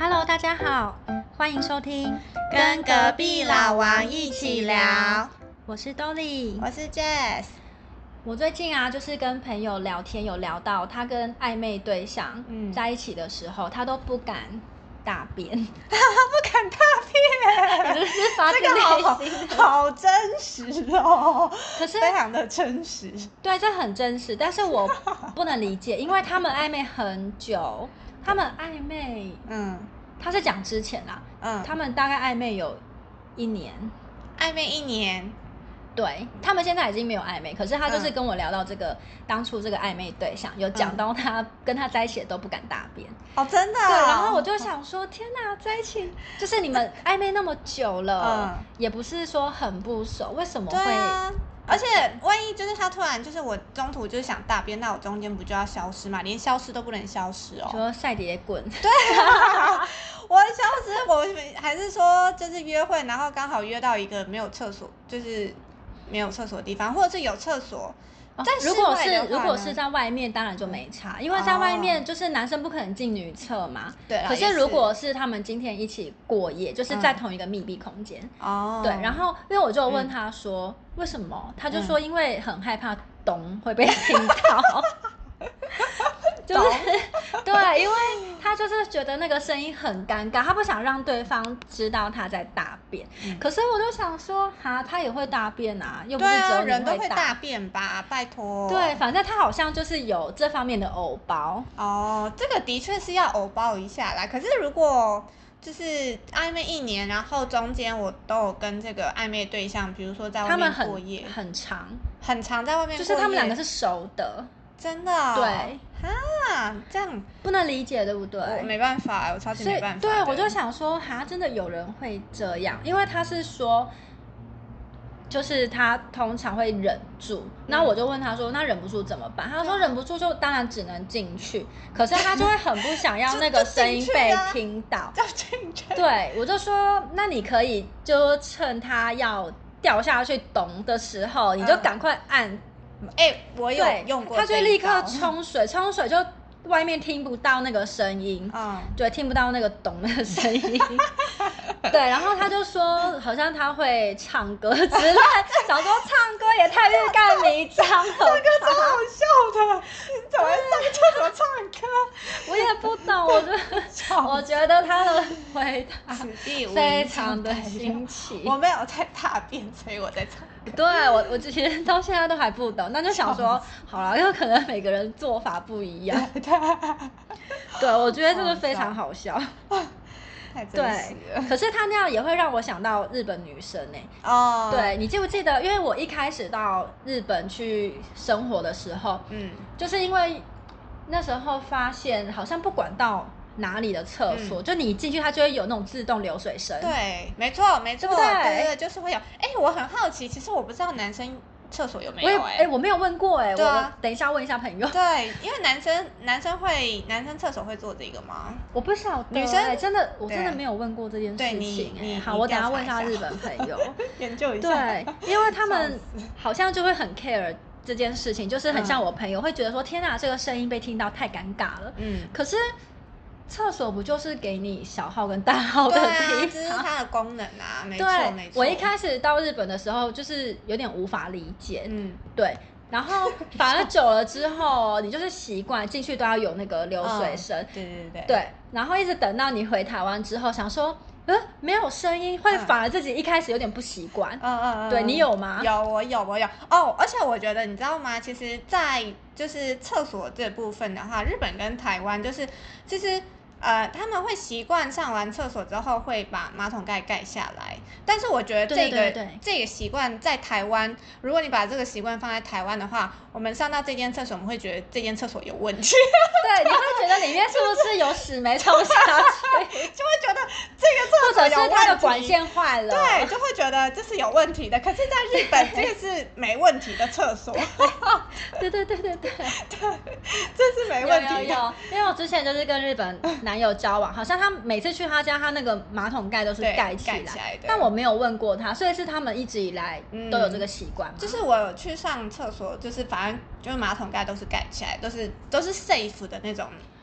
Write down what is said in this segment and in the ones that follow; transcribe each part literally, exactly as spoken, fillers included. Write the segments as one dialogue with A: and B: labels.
A: Hello， 大家好，欢迎收听
B: 跟隔壁老王一起聊。
A: 我是 Dolly，
B: 我是 Jess。
A: 我最近啊，就是跟朋友聊天，有聊到他跟暧昧对象在一起的时候，嗯、他都不敢大便，
B: 不敢大便，
A: 真是发自内心的，
B: 好, 好真实哦。
A: 可是
B: 非常的真实，
A: 对，这很真实，但是我不能理解，因为他们暧昧很久，他们暧昧，嗯，他是讲之前啦，嗯，他们大概暧昧有一年，
B: 暧昧一年。
A: 对，他们现在已经没有暧昧，可是他就是跟我聊到这个、嗯、当初这个暧昧对象，有讲到他跟他在一起的都不敢大便
B: 哦，真的、哦。
A: 对，然后我就想说，天哪，在一起就是你们暧昧那么久了，嗯、也不是说很不熟，为什么会？
B: 对啊，而且万一就是他突然就是我中途就是想大便，那我中间不就要消失嘛？连消失都不能消失哦。
A: 说赛蝶滚。
B: 对啊，我消失，我还是说就是约会，然后刚好约到一个没有厕所，就是没有厕所的地方，或者是有厕所。
A: 哦、如果是如果是在外面，当然就没差，因为在外面就是男生不可能进女厕嘛。对、哦。可是如果是他们今天一起过夜，就是在同一个密闭空间。哦、嗯。对，然后因为我就问他说、嗯、为什么，他就说因为很害怕咚会被听到。就是对，因为他就是觉得那个声音很尴尬，他不想让对方知道他在大便。嗯、可是我就想说，哈，他也会大便啊，又不是只有你会大。
B: 对啊，人都会大便吧，拜托。
A: 对，反正他好像就是有这方面的偶包。
B: 哦，这个的确是要偶包一下啦。可是如果就是暧昧一年，然后中间我都有跟这个暧昧对象，比如说在外面过夜，
A: 他们很很长，
B: 很长在外面过夜，
A: 就是他们两个是熟的。
B: 真的、哦、
A: 对
B: 啊，这样
A: 不能理解，对不对？
B: 我没办法，我超级没办法。
A: 对，我就想说，哈，真的有人会这样？因为他是说，就是他通常会忍住，那、嗯、我就问他说，那忍不住怎么办？他说忍不住就当然只能进去，可是他就会很不想要那个声音被听到。
B: 就进去。
A: 对，我就说，那你可以就趁他要掉下去咚的时候，你就赶快按。嗯
B: 哎、欸，我有用过，
A: 他就立刻冲水，冲水就外面听不到那个声音，嗯，对，听不到那个咚的声音，对，然后他就说，好像他会唱歌之类，想说唱歌也太欲盖弥彰了，这
B: 个超好笑的，你怎么会上厕所唱歌？
A: 我也不懂，我就我觉得他的回答非常的新奇，
B: 我没有在大便，所以我在唱。
A: 对，我我其实到现在都还不懂，那就想说，好了，因为可能每个人做法不一样。对，我觉得这个非常好笑。
B: 太真实了。
A: 对，可是他那样也会让我想到日本女生呢、欸。哦。对，你记不记得？因为我一开始到日本去生活的时候，嗯，就是因为那时候发现，好像不管到哪里的厕所、嗯、就你一进去它就会有那种自动流水声。
B: 对，没错没错，对对对，就是会有。哎，我很好奇，其实我不知道男生厕所有没有。哎、
A: 欸，我没有问过。哎、欸啊，我等一下问一下朋友。
B: 对，因为男生男生会男生厕所会做这个吗？
A: 我不晓得。女生、欸、真的我真的没有问过这件事情。对你你好，我等一下问一下日本朋友
B: 研究一下。
A: 对，因为他们好像就会很 care 这件事情，就是很像我朋友、嗯、会觉得说，天哪，这个声音被听到太尴尬了。嗯，可是。厕所不就是给你小号跟大号的地方？
B: 对啊，这是它的功能啊，没错没错。
A: 我一开始到日本的时候，就是有点无法理解，嗯，对。然后反而久了之后，你就是习惯进去都要有那个流水声、嗯，
B: 对对对
A: 对。然后一直等到你回台湾之后，想说，呃，没有声音，会反而自己一开始有点不习惯。嗯嗯嗯，对你有吗？
B: 有，我有，我有。哦，而且我觉得，你知道吗？其实，在就是厕所这部分的话，日本跟台湾就是其实。呃，他们会习惯上完厕所之后会把马桶盖盖下来，但是我觉得这个
A: 对对对对
B: 这个习惯在台湾，如果你把这个习惯放在台湾的话，我们上到这间厕所，我们会觉得这间厕所有问题。
A: 对，你会觉得里面是不是有屎没冲下去，
B: 就会觉得这个厕所有问题，或者是
A: 它的管线坏了，
B: 对，就会觉得这是有问题的。可是，在日本这个是没问题的厕所。
A: 对对对对对
B: 对，这是没问题的。
A: 有有有，因为我之前就是跟日本男友交往，好像他每次去他家，他那个马桶盖都是盖起来，
B: 盖起来的。
A: 但我没有问过他，所以是他们一直以来都有这个习惯、嗯。
B: 就是我有去上厕所，就是反正就是马桶盖都是盖起来，都是都是 safe 的那种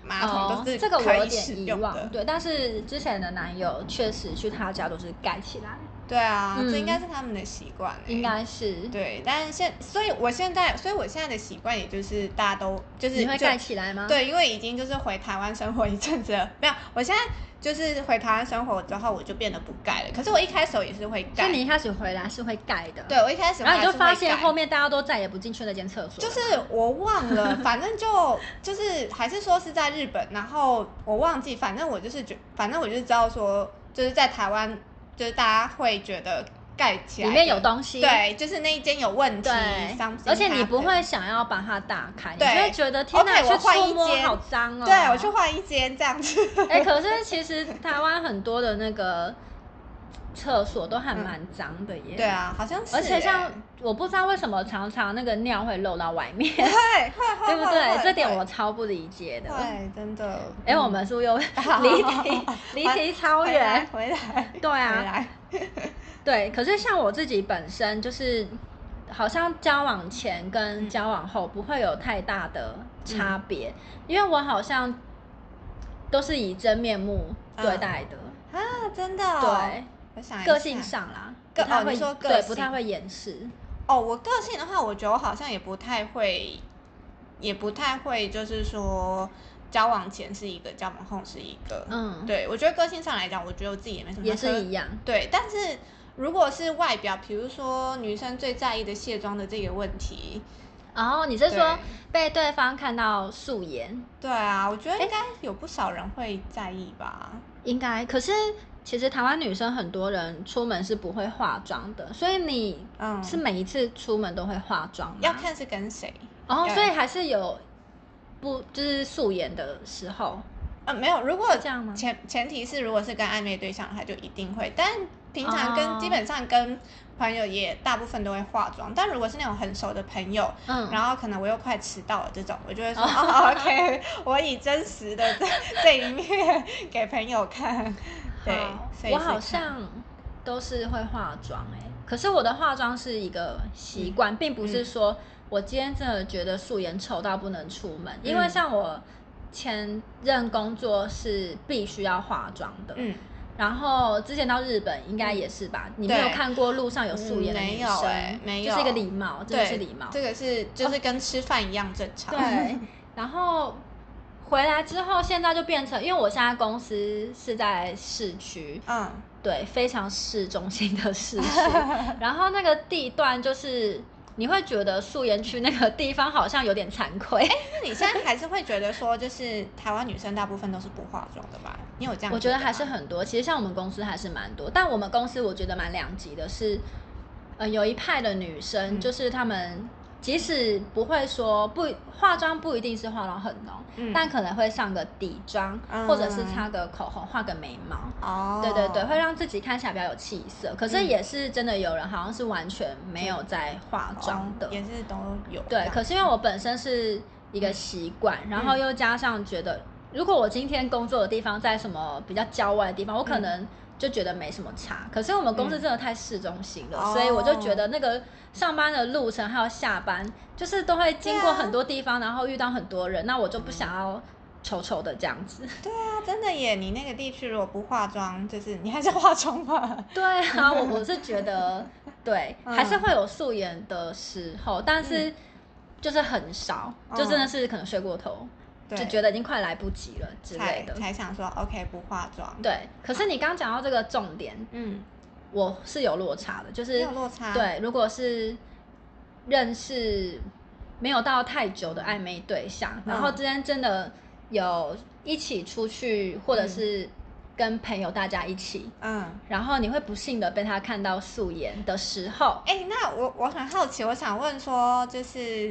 B: 马桶都是
A: 这个我有点
B: 遗忘，
A: 对，但是之前的男友确实去他家都是盖起来。
B: 对啊，嗯、这应该是他们的习惯、欸，
A: 应该是。
B: 对，但是现，所以我现在，所以我现在的习惯，也就是大家都就是
A: 你会盖起来吗？
B: 对，因为已经就是回台湾生活一阵子了，没有，我现在就是回台湾生活之后，我就变得不盖了。可是我一开始也是会盖，
A: 所以你一开始回来是会盖的。
B: 对，我一开始回来是会盖，
A: 然后你就发现后面大家都再也不进去那间厕所。
B: 就是我忘了，反正就就是还是说是在日本，然后我忘记，反正我就是觉，反正我就是知道说，就是在台湾，就是大家会觉得。盖起来，
A: 里面有东西，
B: 对，就是那一间有问题，
A: 而且你不会想要把它打开，你就会觉得天哪，
B: okay,
A: 去触摸好脏哦。
B: 对，我去换一间这样子。
A: 哎、欸，可是其实台湾很多的那个厕所都还蛮脏的耶、
B: 嗯。对啊，好像是。
A: 而且像我不知道为什么常常那个尿会漏到外面，
B: 会会
A: 对不对？这点我超不理解的。
B: 对，真的。
A: 哎、欸，我们是不是又离题？离题超远。
B: 回来。
A: 对啊。
B: 回来。
A: 对，可是像我自己本身就是，好像交往前跟交往后不会有太大的差别、嗯，因为我好像都是以真面目对待的、
B: 嗯、啊，真的、哦。
A: 对，
B: 我想一下
A: 个性上啦，不太会、
B: 哦、说个
A: 对，不太会掩饰。
B: 哦，我个性的话，我觉得我好像也不太会，也不太会，就是说。交往前是一个，交往后是一个，嗯，对，我觉得个性上来讲，我觉得我自己也没什么，
A: 也是一样，
B: 对。但是如果是外表，比如说女生最在意的卸妆的这个问题，
A: 哦，你是说被对方看到素颜？
B: 对啊，我觉得应该有不少人会在意吧。
A: 应该，可是其实台湾女生很多人出门是不会化妆的，所以你是每一次出门都会化妆吗？
B: 要看是跟谁。
A: 哦，所以还是有。不就是素颜的时候，
B: 呃，没有。如果
A: 这样吗？
B: 前前提是如果是跟暧昧对象，他就一定会。但平常跟、oh. 基本上跟朋友也大部分都会化妆。但如果是那种很熟的朋友，嗯，然后可能我又快迟到了这种，我就会说、oh. 哦 ，OK， 我以真实的这这一面给朋友看。对，所以
A: 我好像都是会化妆哎、欸，可是我的化妆是一个习惯、嗯，并不是说。我今天真的觉得素颜丑到不能出门，因为像我前任工作是必须要化妆的，嗯，然后之前到日本应该也是吧？嗯、你没有看过路上有素颜的女生？嗯、没有、欸，没有，就是一个礼貌，真的是礼貌。
B: 这个是就是跟吃饭一样正常。
A: 哦、对，然后回来之后，现在就变成，因为我现在公司是在市区，嗯，对，非常市中心的市区，然后那个地段就是。你会觉得素颜区那个地方好像有点惭愧。
B: 哎，那你现在还是会觉得说，就是台湾女生大部分都是不化妆的吧？你有这样觉得吗？
A: 我觉得还是很多。其实像我们公司还是蛮多，但我们公司我觉得蛮两极的是，呃，有一派的女生，嗯、就是她们即使不会说不化妆，不一定是化妆很浓、嗯，但可能会上个底妆、嗯，或者是擦个口红、画个眉毛。哦，对对对，会让自己看起来比较有气色。可是也是真的有人好像是完全没有在化妆的，
B: 哦、也是都有。
A: 对，可是因为我本身是一个习惯、嗯，然后又加上觉得，如果我今天工作的地方在什么比较郊外的地方，我可能就觉得没什么差。可是我们公司真的太市中心了，嗯、所以我就觉得那个上班的路程还有下班，就是都会经过很多地方，然后遇到很多人，那我就不想要丑丑的这样子。
B: 对啊，真的耶！你那个地区如果不化妆，就是你还是化妆吧？
A: 对啊，我我是觉得对、嗯，还是会有素颜的时候，但是就是很少，嗯、就真的是可能睡过头。就觉得已经快来不及了之类的，
B: 才, 才想说 OK 不化妆。
A: 对，可是你刚刚讲到这个重点，嗯，我是有落差的，就是
B: 有落差。
A: 对，如果是认识没有到太久的暧昧对象，嗯、然后之间真的有一起出去，或者是跟朋友大家一起，嗯，然后你会不幸的被他看到素颜的时候，
B: 哎、欸，那我我很好奇，我想问说，就是。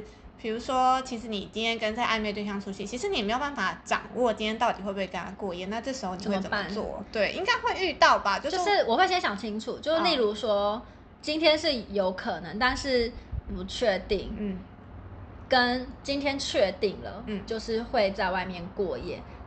B: 比如说，其实你今天跟在暧昧对象出去，其实你也没有办法掌握今天到底会不会跟他过夜。那这时候你会怎么做？么对，应该会遇到吧？就是、
A: 就是我会先想清楚，就例如说、哦、今天是有可能，但是不确定。嗯，跟今天确定了，嗯，就是会在外面过夜。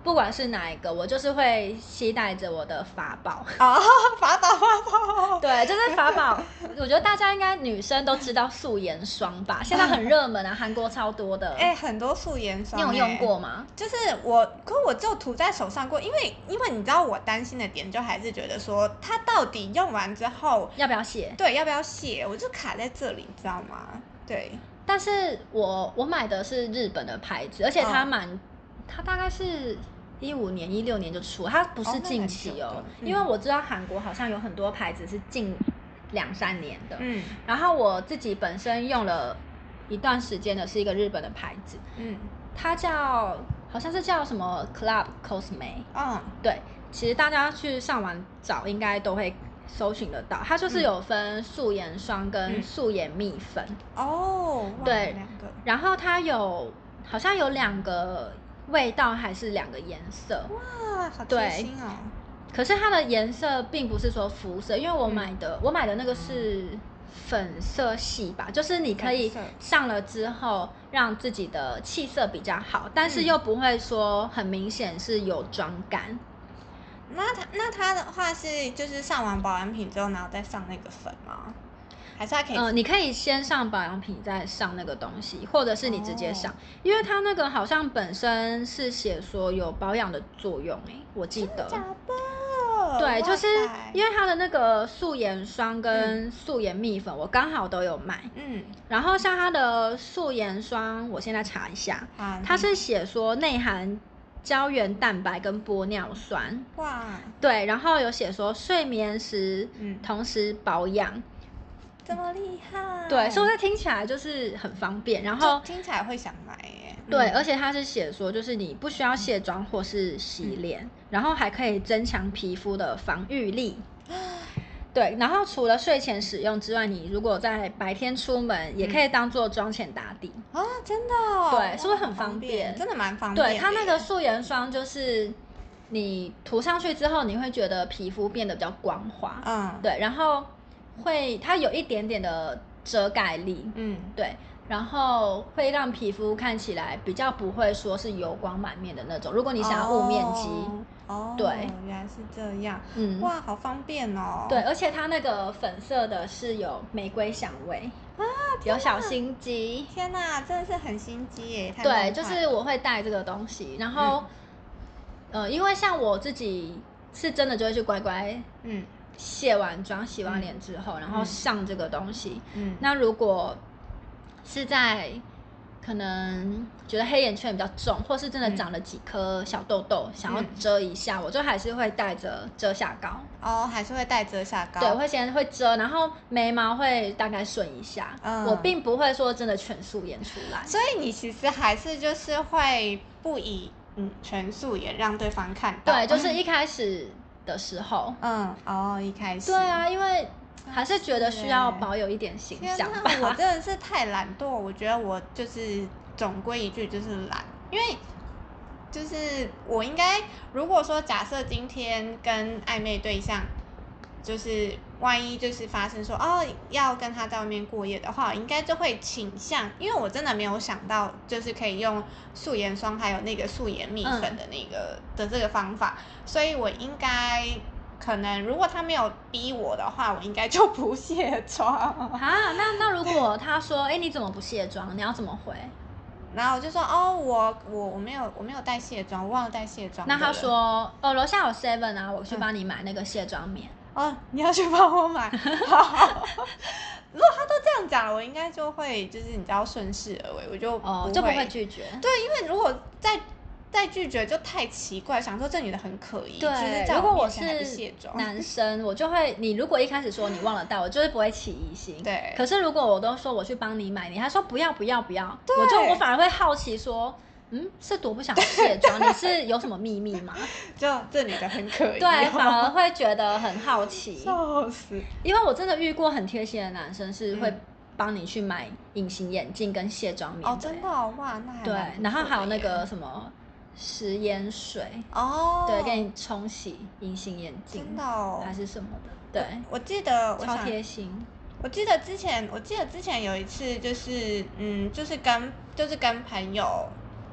A: 不管是哪一个，我就是会携带着我的法宝。
B: 哦，法宝法宝。
A: 对，就是法宝。我觉得大家应该女生都知道素颜霜吧，现在很热门啊，韩国超多的。
B: 哎、欸，很多素颜霜、欸。
A: 你有用过吗？
B: 就是我，可我就涂在手上过，因为因为你知道我担心的点就还是觉得说它到底用完之后
A: 要不要卸？
B: 对，要不要卸？我就卡在这里，知道吗？对。
A: 但是我我买的是日本的牌子，而且它蛮，哦、它大概是一五年、一六年就出，它不是近期哦。哦嗯、因为我知道韩国好像有很多牌子是近两三年的，嗯。然后我自己本身用了一段时间的是一个日本的牌子，嗯，它叫好像是叫什么 Club Cosme， 嗯，对，其实大家去上网找应该都会搜寻得到，它就是有分素颜霜跟素颜蜜粉、
B: 嗯、哦，
A: 对，两个，然后它有好像有两个味道还是两个颜色，
B: 哇，好贴心哦。
A: 可是它的颜色并不是说肤色，因为我买的、嗯、我买的那个是粉色系吧，就是你可以上了之后让自己的气色比较好，但是又不会说很明显是有妆感。
B: 那它那它的话是就是上完保养品之后，然后再上那个粉吗？还是它可以？
A: 嗯、呃，你可以先上保养品，再上那个东西，或者是你直接上，哦、因为它那个好像本身是写说有保养的作用、欸，哎，我记得。
B: 真的假的？
A: 对，就是因为它的那个素颜霜跟素颜蜜粉，我刚好都有买。嗯。然后像它的素颜霜，我现在查一下，嗯、它是写说内含胶原蛋白跟玻尿酸。哇。对，然后有写说睡眠时，嗯，同时保养。
B: 这么厉害？
A: 对，所以它听起来就是很方便，然后
B: 听起来会想买耶。
A: 对，嗯、而且它是写说，就是你不需要卸妆或是洗脸，嗯、然后还可以增强皮肤的防御力。对，然后除了睡前使用之外，你如果在白天出门，也可以当做妆前打底。
B: 啊、嗯，真的、哦？
A: 对，是不是很方便？
B: 真的蛮方便。
A: 对，它那个素颜霜就是你涂上去之后，你会觉得皮肤变得比较光滑。嗯，对，然后会它有一点点的遮盖力。嗯，对。然后会让皮肤看起来比较不会说是油光满面的那种。如果你想要雾面肌，
B: 哦，对，原来是这样，嗯，哇，好方便哦。
A: 对，而且它那个粉色的是有玫瑰香味啊，有小心机。
B: 天哪，真的是很心机耶！
A: 对，就是我会带这个东西，然后，嗯、呃，因为像我自己是真的就会去乖乖，嗯，卸完妆、洗完脸之后，嗯、然后上这个东西。嗯，那如果是在可能觉得黑眼圈比较重，或是真的长了几颗小痘痘，嗯、想要遮一下，我就还是会带着遮瑕膏。
B: 哦，还是会带遮瑕膏。
A: 对，我会先会遮，然后眉毛会大概顺一下。嗯，我并不会说真的全素颜出来。
B: 所以你其实还是就是会不以嗯全素颜让对方看到。
A: 对，就是一开始的时候。
B: 嗯，哦，一开始。
A: 对啊，因为还是觉得需要保有一点形象吧。
B: 我真的是太懒惰，我觉得我就是总归一句就是懒，因为就是我应该如果说假设今天跟暧昧对象，就是万一就是发生说哦要跟他在外面过夜的话，我应该就会倾向，因为我真的没有想到就是可以用素颜霜还有那个素颜蜜粉的那个、嗯、的这个方法，所以我应该。可能如果他没有逼我的话，我应该就不卸妆啊。
A: 那那如果他说，哎、欸，你怎么不卸妆？你要怎么回？
B: 然后我就说，哦，我我我没有我没有带卸妆，我忘了带卸妆。
A: 那他说，哦，楼下有 seven 啊，我去帮你买那个卸妆棉。
B: 嗯、哦，你要去帮我买。好。如果他都这样讲，我应该就会就是你知道顺势而为，我就不会、
A: 哦、就不会拒绝。
B: 对，因为如果在。再拒绝就太奇怪，想说这女的很可疑。
A: 对，如果我是男生，我就会，你如果一开始说你忘了带，我就是不会起疑心。对。可是如果我都说我去帮你买，你还说不要不要不要，我就我反而会好奇说，嗯，是多不想卸妆？你是有什么秘密吗？
B: 就这女的很可疑、哦。
A: 对，反而会觉得很好奇。
B: 笑死！
A: 因为我真的遇过很贴心的男生，是会帮你去买隐形眼镜跟卸妆棉的。
B: 哦，真的、哦、哇，那还
A: 对，然后还有那个什么。食盐水哦，对，给你冲洗隐形眼镜，
B: 真的哦，
A: 还是什么的，对，
B: 我记得
A: 超贴心。
B: 我记得之前，我记得之前有一次，就是嗯，就是跟就是跟朋友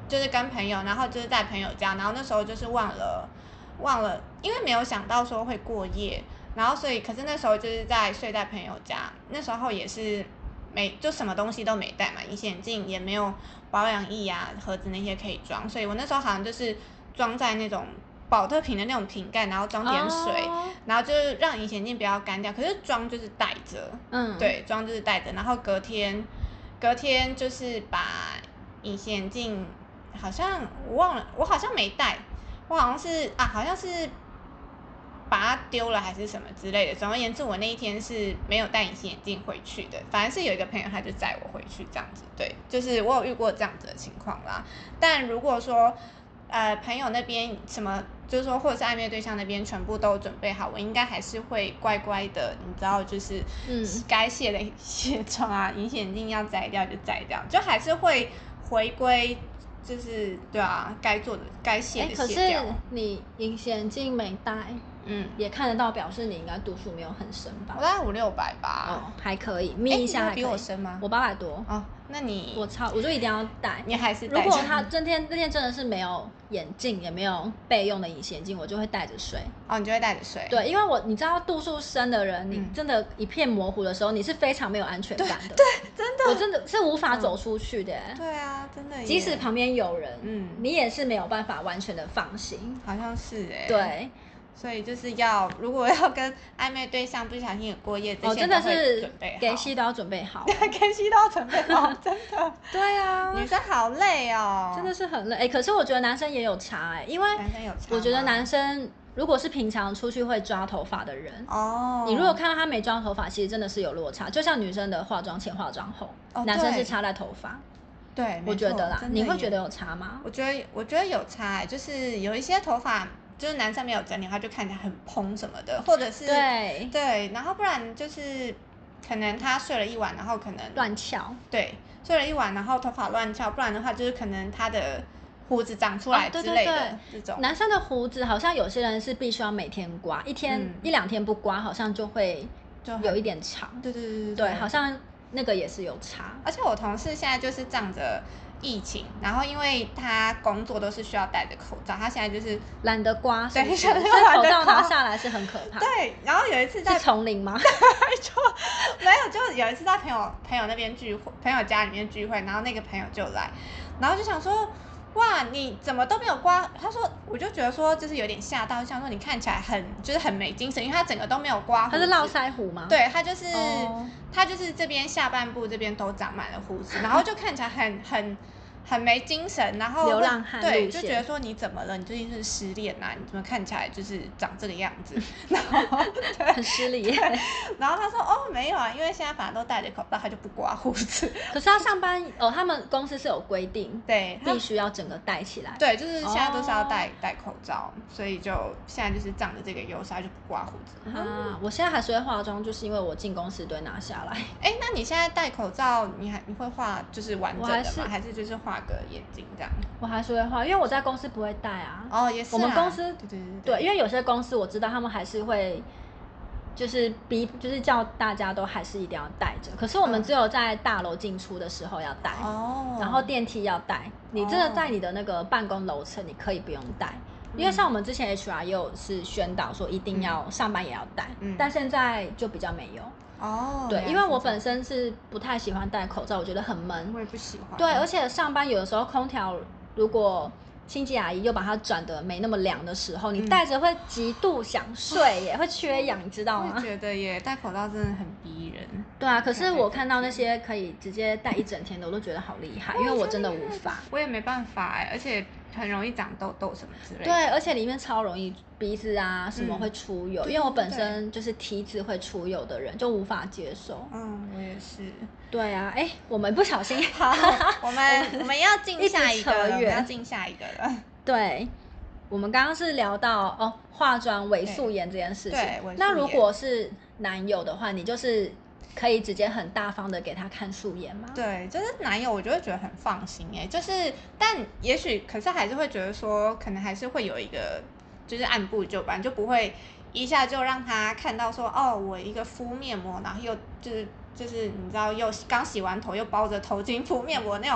B: 就是跟朋友，然后就是在朋友家，然后那时候就是忘了忘了，因为没有想到说会过夜，然后所以可是那时候就是在睡在朋友家，那时候也是没就什么东西都没带嘛，隐形眼镜也没有保养液啊盒子那些可以装，所以我那时候好像就是装在那种保特瓶的那种瓶盖，然后装点水， oh. 然后就是让隐形眼镜不要干掉，可是装就是带着，嗯，对，装就是带着，然后隔天隔天就是把隐形眼镜好像我忘了，我好像没带，我好像是啊好像是把它丢了还是什么之类的，总而言之我那一天是没有带隐形眼镜回去的，反正是有一个朋友他就载我回去这样子，对，就是我有遇过这样子的情况啦。但如果说呃朋友那边什么就是说或者是暧昧对象那边全部都准备好，我应该还是会乖乖的，你知道就是嗯该卸的卸妆啊，隐形眼镜要摘掉就摘掉，就还是会回归就是对啊该做的该卸的卸掉。
A: 可是你隐形眼镜没戴嗯，也看得到，表示你应该度数没有很深吧？
B: 我大概五六百吧。
A: 哦，还可以，眯一下还可以。
B: 比我深吗？
A: 我八百多。
B: 哦，那你
A: 我超，我就一定要戴。
B: 你还是戴
A: 如果他今天那天真的是没有眼镜，也没有备用的隐形眼镜，我就会戴着睡。
B: 哦，你就会戴着睡。
A: 对，因为我你知道度数深的人，你真的一片模糊的时候，你是非常没有安全感的。
B: 对，真的。
A: 我真的是无法走出去的。
B: 对啊，真的。
A: 即使旁边有人，嗯，你也是没有办法完全的放心。
B: 好像是哎。
A: 对。
B: 所以就是要，如果要跟暧昧对象不小心有过夜，这些都会准备好，
A: 给戏都要准备好，
B: 对，给戏都要准备好，真的。
A: 对啊，
B: 女生好累哦，
A: 真的是很累。哎、欸，可是我觉得男生也有差哎、欸，因为
B: 男生有差，
A: 我觉得男生如果是平常出去会抓头发的人，哦，你如果看到他没抓头发，其实真的是有落差。就像女生的化妆前、化妆后，哦、男生是差在头发。
B: 对，
A: 我觉得啦，你会觉得有差吗？
B: 我觉得，我觉得有差、欸，就是有一些头发。就是男生没有整理，他就看起来很蓬什么的，或者是
A: 对
B: 对，然后不然就是可能他睡了一晚，然后可能
A: 乱翘，
B: 对，睡了一晚，然后头发乱翘，不然的话就是可能他的胡子长出来之类的、哦、对对对这种。
A: 男生的胡子好像有些人是必须要每天刮，一天、嗯、一两天不刮，好像就会就有一点长。
B: 对对对 对, 对,
A: 对，好像那个也是有差。
B: 而且我同事现在就是仗着疫情，然后因为他工作都是需要戴着口罩，他现在就是
A: 懒得刮是不是，
B: 对，所以
A: 口罩拿下来是很可怕。
B: 对，然后有一次在
A: 是丛林吗？
B: 就没有，就有一次在朋友朋友那边聚会，朋友家里面聚会，然后那个朋友就来，然后就想说，哇，你怎么都没有刮？他说，我就觉得说，就是有点吓到，就想说你看起来很就是很没精神，因为他整个都没有刮胡子。
A: 他是络腮胡吗？
B: 对，他就是、oh. 他就是这边下半部这边都长满了胡子，然后就看起来很很。很没精神，然后
A: 流浪汉
B: 对，就觉得说你怎么了？你最近是失恋啊？你怎么看起来就是长这个样子？然后
A: 很失礼。
B: 然后他说哦没有啊，因为现在反正都戴着口罩，他就不刮胡子。
A: 可是他上班哦，他们公司是有规定，
B: 对，
A: 必须要整个戴起来。
B: 对，就是现在都是要戴、哦、戴口罩，所以就现在就是仗着这个优势，他就不刮胡子。
A: 啊，我现在还是会化妆，就是因为我进公司都会拿下来。
B: 哎，那你现在戴口罩，你还你会画就是完整的吗？还是就是画个眼睛这样？
A: 我还是会画，因为我在公司不会戴啊。
B: 哦，也是、啊。
A: 我们公司
B: 对对 对,
A: 对，因为有些公司我知道他们还是会，就是逼，就是叫大家都还是一定要戴着。可是我们只有在大楼进出的时候要戴，哦、然后电梯要戴。你真的在你的那个办公楼层，你可以不用戴。哦、因为像我们之前 H R 也有是宣导说一定要上班也要戴，嗯、但现在就比较没有。哦，对，因为我本身是不太喜欢戴口罩，我觉得很闷。
B: 我也不喜欢。
A: 对，而且上班有的时候空调如果清洁阿姨又把它转得没那么凉的时候，你戴着会极度想睡耶，嗯、会缺氧，你知道吗？
B: 我觉得耶，戴口罩真的很逼人。
A: 对啊，可是我看到那些可以直接戴一整天的，我都觉得好厉害，因为我真的无法。
B: 我也没办法哎，而且很容易长痘痘什么之类的。
A: 对，而且里面超容易鼻子啊什么会出油，嗯、因为我本身就是体质会出油的人，就无法接受。
B: 嗯，我也是。
A: 对啊，哎，我们不小心，
B: 好，我们我们要进下一个了，我们要进下一个了。
A: 对，我们刚刚是聊到哦，化妆微素颜这件事情。对，那如果是男友的话，你就是可以直接很大方的给他看素颜吗？
B: 对，就是男友，我就会觉得很放心哎，就是，但也许可是还是会觉得说，可能还是会有一个，就是按部就班，就不会一下就让他看到说，哦，我一个敷面膜，然后又就是就是你知道又刚洗完头又包着头巾敷面膜那种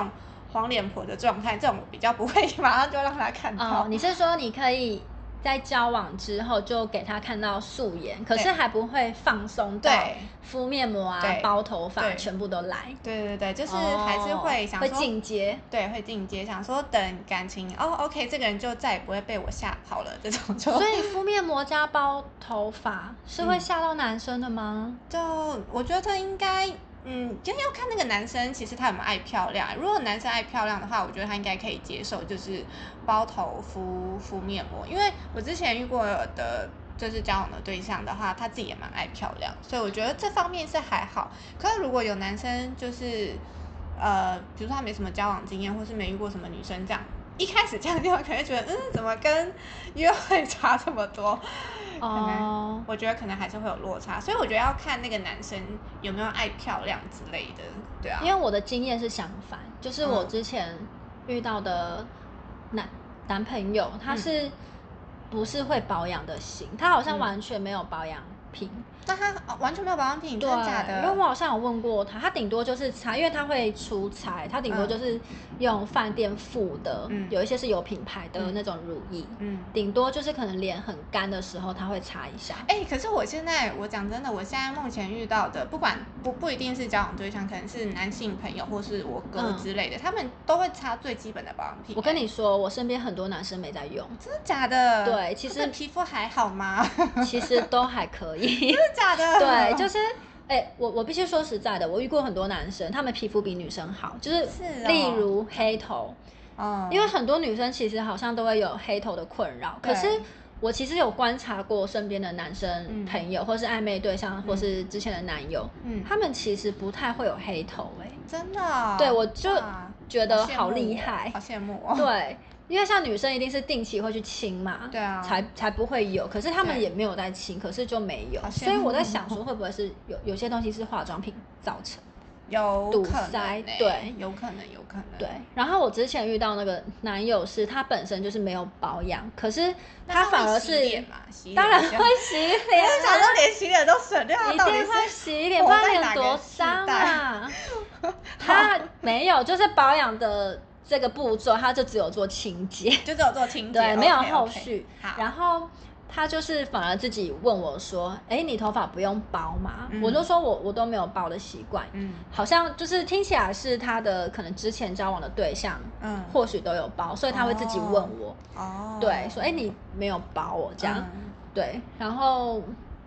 B: 黄脸婆的状态，这种比较不会马上就让他看到。
A: 哦，你是说你可以在交往之后就给他看到素颜，可是还不会放松到敷面膜啊、包头发全部都来。
B: 对对对，就是还是会想说
A: 会进阶，
B: 对，会进阶，想说等感情哦 ，OK， 这个人就再也不会被我吓跑了这种就。
A: 所以敷面膜加包头发是会吓到男生的吗？
B: 嗯、就我觉得应该。嗯，就要看那个男生，其实他有没有爱漂亮。如果男生爱漂亮的话，我觉得他应该可以接受，就是包头敷敷面膜。因为我之前遇过的，就是交往的对象的话，他自己也蛮爱漂亮，所以我觉得这方面是还好。可是如果有男生就是呃，比如说他没什么交往经验，或是没遇过什么女生这样，一开始这样的话，可能觉得嗯，怎么跟约会差这么多？可能、oh. 我觉得可能还是会有落差，所以我觉得要看那个男生有没有爱漂亮之类的，对啊。
A: 因为我的经验是相反，就是我之前遇到的男、嗯、男朋友，他是不是会保养的型？他好像完全没有保养品。嗯，
B: 那他完全没有保养品，真的假的？
A: 因为我好像有问过他，他顶多就是擦，因为他会出差，他顶多就是用饭店附的，嗯、有一些是有品牌的那种乳液，嗯，顶多就是可能脸很干的时候他会擦一下。
B: 哎、欸，可是我现在我讲真的，我现在目前遇到的，不管不不一定是交往对象，可能是男性朋友或是我哥之类的，嗯、他们都会擦最基本的保养品。
A: 我跟你说，我身边很多男生没在用，
B: 真的假的？
A: 对，其实
B: 皮肤还好吗？
A: 其实都还可以。
B: 假的，
A: 对，就是，哎、欸，我我必须说实在的，我遇过很多男生，他们皮肤比女生好，就是，是例如黑头，哦，因为很多女生其实好像都会有黑头的困扰，可是我其实有观察过身边的男生朋友，嗯、或是暧昧对象，嗯、或是之前的男友，嗯，他们其实不太会有黑头、欸，哎，
B: 真的、哦，
A: 对，我就觉得好厉害，
B: 好羡慕哦，
A: 对。因为像女生一定是定期会去清嘛，
B: 对啊，
A: 才才不会有。可是他们也没有在清，可是就没有。所以我在想说，会不会是有有些东西是化妆品造成？
B: 有
A: 堵塞，对，
B: 有可能，有可能。
A: 对。然后我之前遇到那个男友是，他本身就是没有保养，可是他反而是，当然会洗脸。
B: 我想说连洗脸都省掉，
A: 一定会洗脸，不然脸多脏啊！他没有，就是保养的。这个步骤他就只有做清洁，
B: 就只有做清洁，
A: 对，没有后续。Okay, okay. 然后他就是反而自己问我说：“哎，你头发不用包吗？”嗯、我就说我我都没有包的习惯，嗯，好像就是听起来是他的可能之前交往的对象，嗯，或许都有包，所以他会自己问我，哦，对，说：“哎，你没有包我这样，嗯、对。”然后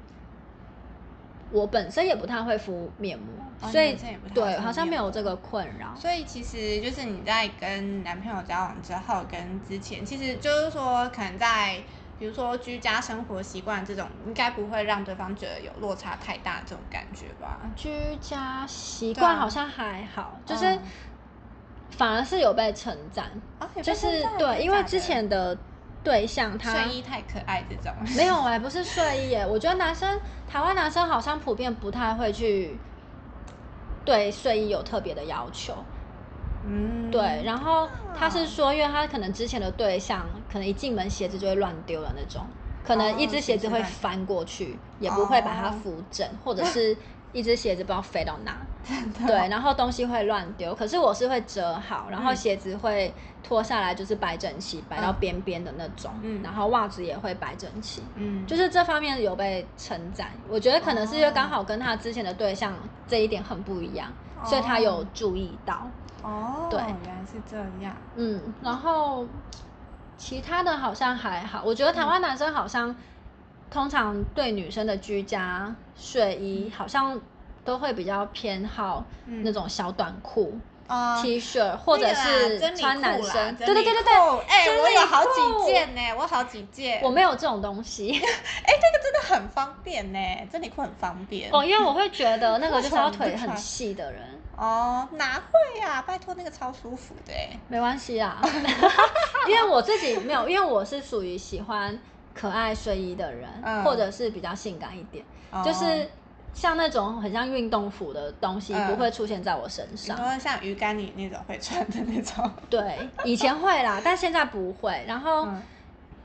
A: 我本身也不太会敷面膜。
B: 哦、
A: 所以对，好像没有这个困扰。
B: 所以其实就是你在跟男朋友交往之后，跟之前，其实就是说，可能在比如说居家生活习惯这种，应该不会让对方觉得有落差太大这种感觉吧？
A: 居家习惯好像还好，啊、就是、嗯、反而是有被称赞，
B: 哦、
A: 就是对，因为之前的对象他
B: 睡衣太可爱这种，
A: 没有哎、欸，不是睡衣耶，我觉得男生台湾男生好像普遍不太会去。对睡衣有特别的要求，嗯，对，然后他是说，因为他可能之前的对象，可能一进门鞋子就会乱丢的那种，可能一只鞋子会翻过去，哦、也不会把它扶正，哦、或者是一只鞋子不知道飞到哪，对，然后东西会乱丢，可是我是会折好，然后鞋子会脱下来，就是摆整齐，摆到边边的那种，嗯，然后袜子也会摆整齐，嗯，就是这方面有被称赞，我觉得可能是因为刚好跟他之前的对象这一点很不一样，哦、所以他有注意到，
B: 哦，对，原来是这样，
A: 嗯，然后其他的好像还好，我觉得台湾男生好像。通常对女生的居家睡衣，好像都会比较偏好那种小短裤、嗯、T 恤，或者是穿男生。对对对对对，
B: 哎、欸，我有好几件呢，我好几件。
A: 我没有这种东西。
B: 哎、欸，这个真的很方便呢，真理裤很方便。
A: 哦，因为我会觉得那个就是要腿很细的人。
B: 哦，哪会呀、啊？拜托，那个超舒服的。
A: 没关系啊，因为我自己没有，因为我是属于喜欢。可爱睡衣的人，嗯、或者是比较性感一点，哦、就是像那种很像运动服的东西，嗯、不会出现在我身上。
B: 你说像鱼竿里那种会穿的那种？
A: 对，以前会啦，但现在不会。然后，嗯、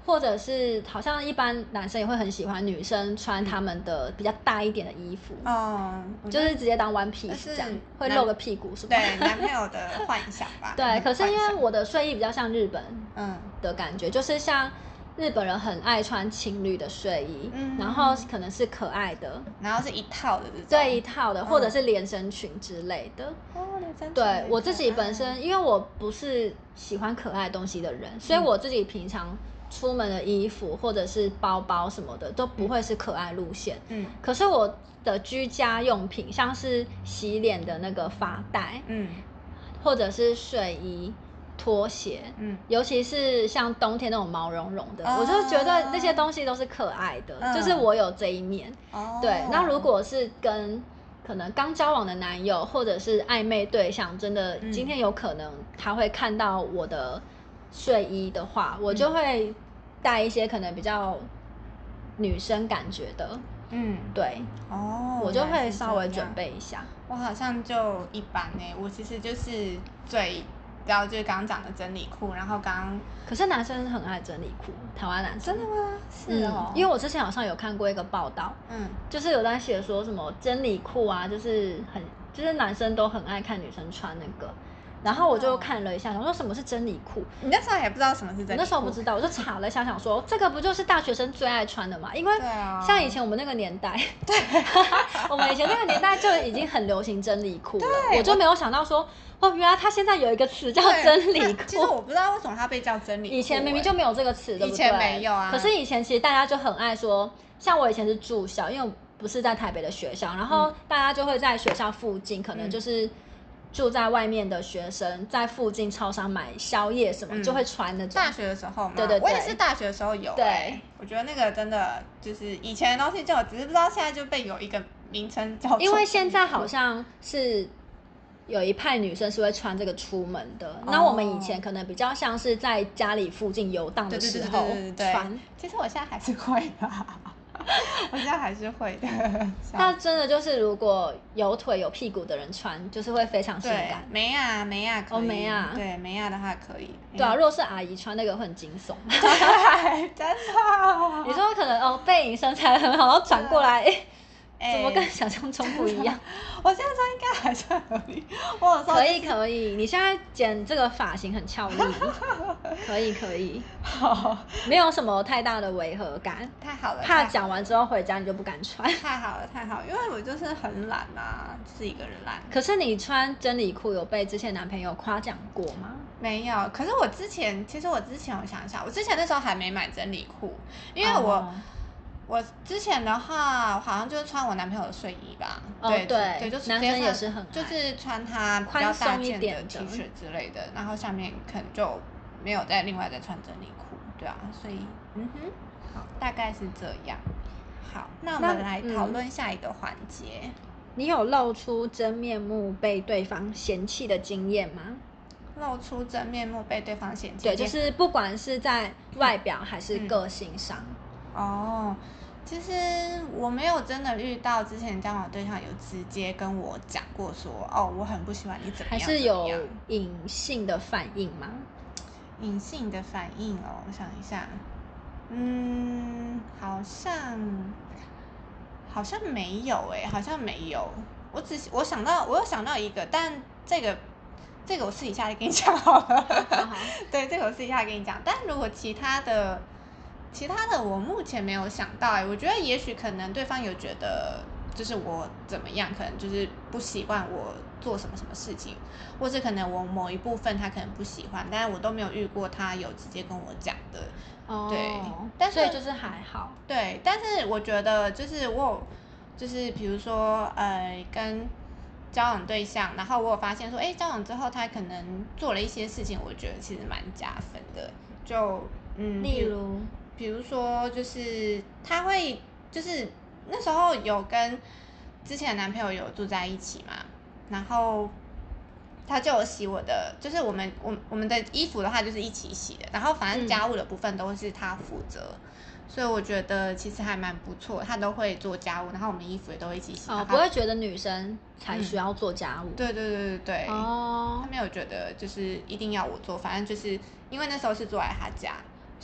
A: 或者是好像一般男生也会很喜欢女生穿他们的比较大一点的衣服，哦，就是直接当 one piece 这样，会露个屁股什么的。
B: 对，男朋友的幻想吧。
A: 对，可是因为我的睡衣比较像日本的感觉，嗯、就是像日本人很爱穿情侣的睡衣，嗯、然后可能是可爱的，
B: 然后是一套的这种，
A: 对，一套的，或者是连身裙之类的。哦，连身裙。对，我自己本身，因为我不是喜欢可爱东西的人，所以我自己平常出门的衣服或者是包包什么的都不会是可爱路线。嗯。可是我的居家用品，像是洗脸的那个发带，嗯，或者是睡衣。拖鞋，嗯，尤其是像冬天那种毛茸茸的，哦、我就觉得那些东西都是可爱的，嗯、就是我有这一面。哦，对。那如果是跟可能刚交往的男友或者是暧昧对象，真的今天有可能他会看到我的睡衣的话，嗯、我就会带一些可能比较女生感觉的，嗯，对。哦，我就会稍微准备一下。
B: 我好像就一般呢、欸，我其实就是最。然后就是刚刚讲的真理裤，然后刚刚
A: 可是男生很爱真理裤，台湾男生
B: 真的吗？是哦、
A: 嗯，因为我之前好像有看过一个报道，嗯，就是有在写说什么真理裤啊，就是很就是男生都很爱看女生穿那个，然后我就看了一下，想说什么是真理裤？
B: 你那时候还不知道什么是真理裤？
A: 那时候不知道，我就查了一下，想说这个不就是大学生最爱穿的嘛？因为像以前我们那个年代，对，我们以前那个年代就已经很流行真理裤了，我就没有想到说。哦，原来它现在有一个词叫真理裤。
B: 其实我不知道为什么它被叫真理裤。
A: 以前明明就没有这个词，对不对？
B: 以前没有啊。
A: 可是以前其实大家就很爱说，像我以前是住校，因为我不是在台北的学校，然后大家就会在学校附近，可能就是住在外面的学生，在附近超商买宵夜什么，嗯、就会穿那种。
B: 大学的时候嘛，
A: 对对对，
B: 我也是大学的时候有、欸。对，我觉得那个真的就是以前的东西就有，只是不知道现在就被有一个名称叫。
A: 因为现在好像是。有一派女生是会穿这个出门的，哦、那我们以前可能比较像是在家里附近游荡的时候穿。
B: 其实我现在还是会的，我现在还是会的。
A: 那真的就是如果有腿有屁股的人穿，就是会非常性感。
B: 梅亚梅亚可以，
A: 哦梅亚，
B: 对梅亚的话可以。
A: 对啊，如果是阿姨穿那个会很惊悚。
B: 对，真的。
A: 你说可能哦背影身材很好，然后转过来。怎么跟想象中不一样？
B: 我现在穿应该还算合理。我有时候、就是、
A: 可以可以，你现在剪这个发型很俏丽，可以可以。好，没有什么太大的违和感。
B: 太好了。
A: 怕讲完之后回家你就不敢穿。
B: 太好了太好了，因为我就是很懒啊，就是一个人懒。
A: 可是你穿真理裤有被之前男朋友夸奖过吗？
B: 没有，可是我之前其实我之前我想一下，我之前那时候还没买真理裤，因为我。哦我之前的话，好像就是穿我男朋友的睡衣吧。
A: 哦，对对，对
B: 就是
A: 男生也是很
B: 就是穿他比较大件的 T 恤之类的，然后下面可能就没有再另外再穿真理裤，对啊，所以嗯哼，好，大概是这样。好，那我们来讨论下一个环节、嗯。
A: 你有露出真面目被对方嫌弃的经验吗？
B: 露出真面目被对方嫌弃，
A: 对，就是不管是在外表还是个性上。
B: 嗯、哦。其实我没有真的遇到之前交往对象有直接跟我讲过说，哦，我很不喜欢你怎么样，
A: 还是有隐性的反应吗？
B: 隐性的反应哦，我想一下，嗯，好像好像没有诶，好像没有。我只我想到，我有想到一个，但这个这个我私底下跟你讲好了。好好对，这个我私底下跟你讲。但如果其他的。其他的我目前没有想到哎、欸，我觉得也许可能对方有觉得就是我怎么样，可能就是不习惯我做什么什么事情，或是可能我某一部分他可能不喜欢，但是我都没有遇过他有直接跟我讲的。哦，对，但是
A: 所以就是还好。
B: 对，但是我觉得就是我有就是比如说呃跟交往对象，然后我有发现说，哎，交往之后他可能做了一些事情，我觉得其实蛮加分的，就嗯，
A: 例如。
B: 比如说，就是他会，就是那时候有跟之前的男朋友有住在一起嘛，然后他就有洗我的，就是我们我我们的衣服的话就是一起洗的，然后反正家务的部分都是他负责，嗯、所以我觉得其实还蛮不错，他都会做家务，然后我们衣服也都一起洗。
A: 哦，不会觉得女生才需要做家务。
B: 嗯、对对对对对。哦。他没有觉得就是一定要我做，反正就是因为那时候是住在他家。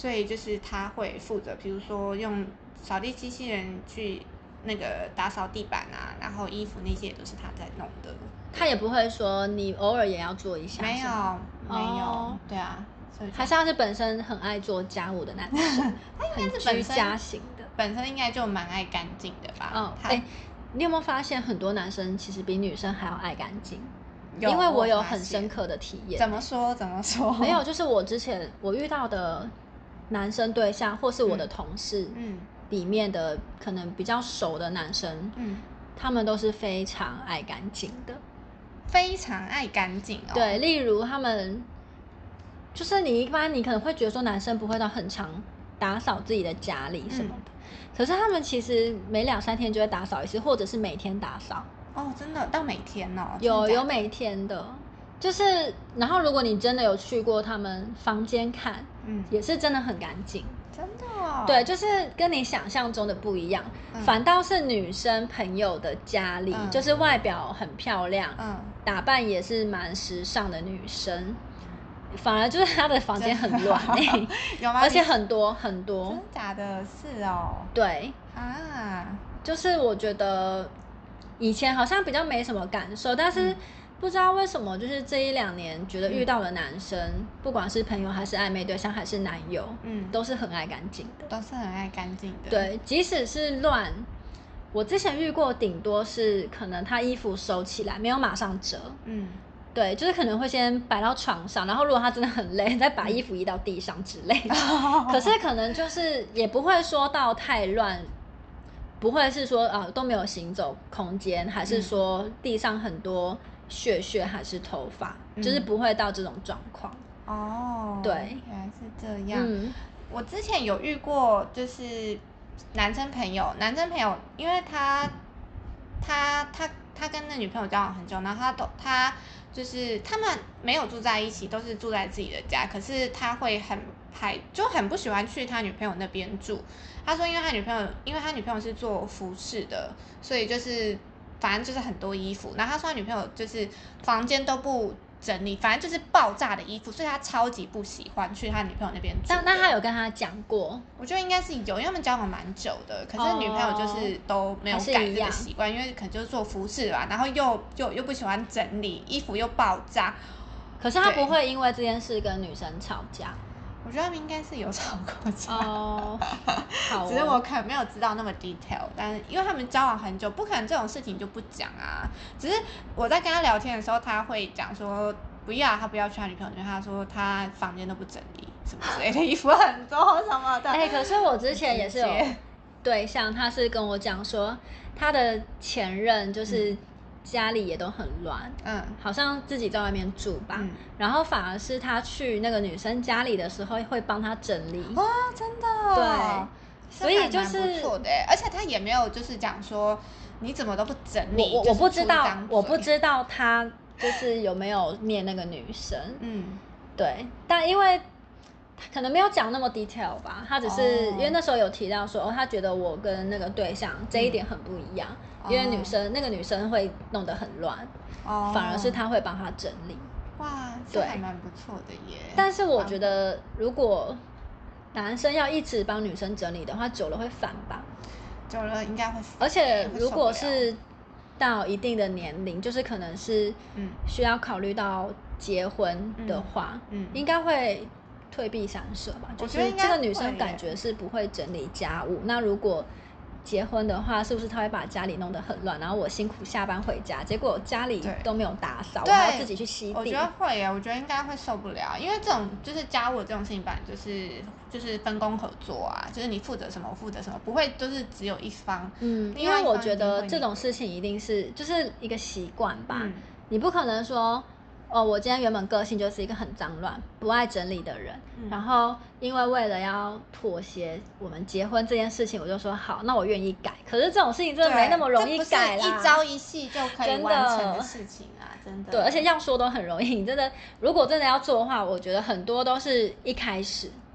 B: 所以就是他会负责，比如说用扫地机器人去那个打扫地板啊，然后衣服那些也都是他在弄的。
A: 他也不会说你偶尔也要做一下？
B: 没有，没有，哦、对啊。
A: 还是他是本身很爱做家务的男生，
B: 他应该是本身
A: 居家型的，
B: 本身应该就蛮爱干净的吧？
A: 哦，哎、欸，你有没有发现很多男生其实比女生还要爱干净？
B: 因
A: 为我有很深刻的体验。
B: 怎么说？怎么说？
A: 没有，就是我之前我遇到的男生对象，或是我的同事，嗯，里面的可能比较熟的男生，嗯，他们都是非常爱干净的，
B: 非常爱干净哦。
A: 对，例如他们。就是你一般你可能会觉得说男生不会到很常打扫自己的家里什么的，嗯、可是他们其实每两三天就会打扫一次，或者是每天打扫。
B: 哦，真的到每天哦？
A: 有有每天的，就是然后如果你真的有去过他们房间看，嗯，也是真的很干净。
B: 真的、哦？
A: 对，就是跟你想象中的不一样，嗯、反倒是女生朋友的家里，嗯、就是外表很漂亮，嗯，打扮也是蛮时尚的女生。反而就是他的房间很乱、欸、
B: 有吗？
A: 而且很多很多。
B: 真的假的？是哦。
A: 对
B: 啊，
A: 就是我觉得以前好像比较没什么感受，但是不知道为什么，就是这一两年觉得遇到的男生，嗯、不管是朋友还是暧昧对象还是男友，嗯，都是很爱干净的，
B: 都是很爱干净的。
A: 对，即使是乱，我之前遇过，顶多是可能他衣服收起来没有马上折，嗯。对，就是可能会先摆到床上，然后如果他真的很累，再把衣服移到地上之类的。可是可能就是也不会说到太乱，不会是说啊、呃、都没有行走空间，还是说地上很多屑屑还是头发，嗯、就是不会到这种状况。
B: 哦，
A: 对，
B: 原来是这样。嗯、我之前有遇过，就是男生朋友，男生朋友，因为他他他他跟那女朋友交往很久，然后他都他。就是他们没有住在一起，都是住在自己的家。可是他会很排，就很不喜欢去他女朋友那边住。他说，因为他女朋友，因为他女朋友是做服饰的，所以就是反正就是很多衣服。然后他说他女朋友就是房间都不整理，反正就是爆炸的衣服，所以他超级不喜欢去他女朋友那边住。
A: 那那他有跟他讲过？
B: 我觉得应该是有，因为他们交往蛮久的，可是女朋友就是都没有改这个习惯，因为可能就是做服饰吧，然后又又又不喜欢整理衣服，又爆炸。
A: 可是他不会因为这件事跟女生吵架？
B: 我觉得他们应该是有吵过架
A: 哦，好哦，
B: 只是我可能没有知道那么 detail， 但是因为他们交往很久，不可能这种事情就不讲啊。只是我在跟他聊天的时候，他会讲说不要，他不要去他女朋友那边，他说他房间都不整理，什么之类的，衣服很多什么的。
A: 哎、欸，可是我之前也是有对象，他是跟我讲说，他的前任就是家里也都很乱，嗯，好像自己在外面住吧，嗯，然后反而是他去那个女生家里的时候，会帮他整理。
B: 哇，真的，
A: 对，所以就是
B: 不错的，而且他也没有就是讲说你怎么都不整理。
A: 我我不知道，我不知道他就是有没有念那个女生，嗯，对，但因为可能没有讲那么 detail 吧，他只是、哦、因为那时候有提到说，哦，他觉得我跟那个对象这一点很不一样，嗯、因为女生、哦、那个女生会弄得很乱，哦，反而是他会帮他整理。
B: 哇，这还蛮不错的耶。
A: 但是我觉得，如果男生要一直帮女生整理的话，久了会烦吧？
B: 久了应该会。
A: 而且如果是到一定的年龄，就是可能是需要考虑到结婚的话，嗯，嗯应该会退避三舍吧。就是这个女生感觉是不会整理家务，那如果结婚的话，是不是他会把家里弄得很乱？然后我辛苦下班回家，结果家里都没有打扫，我还要自己去吸地。
B: 我觉得会耶，我觉得应该会受不了，因为这种就是家务这种事情，本来就是就是分工合作啊，就是你负责什么，我负责什么，不会就是只有一方。嗯，
A: 因为我觉得这种事情一定是就是一个习惯吧，嗯、你不可能说。哦，我今天原本个性就是一个很脏乱、不爱整理的人，嗯、然后因为为了要妥协我们结婚这件事情，我就说好，那我愿意改。可是这种事情真的没那么容易改啦，
B: 一朝一夕就可以完成的事情啊，真的。
A: 对，而且要说都很容易，你真的如果真的要做的话，我觉得很多都是一开始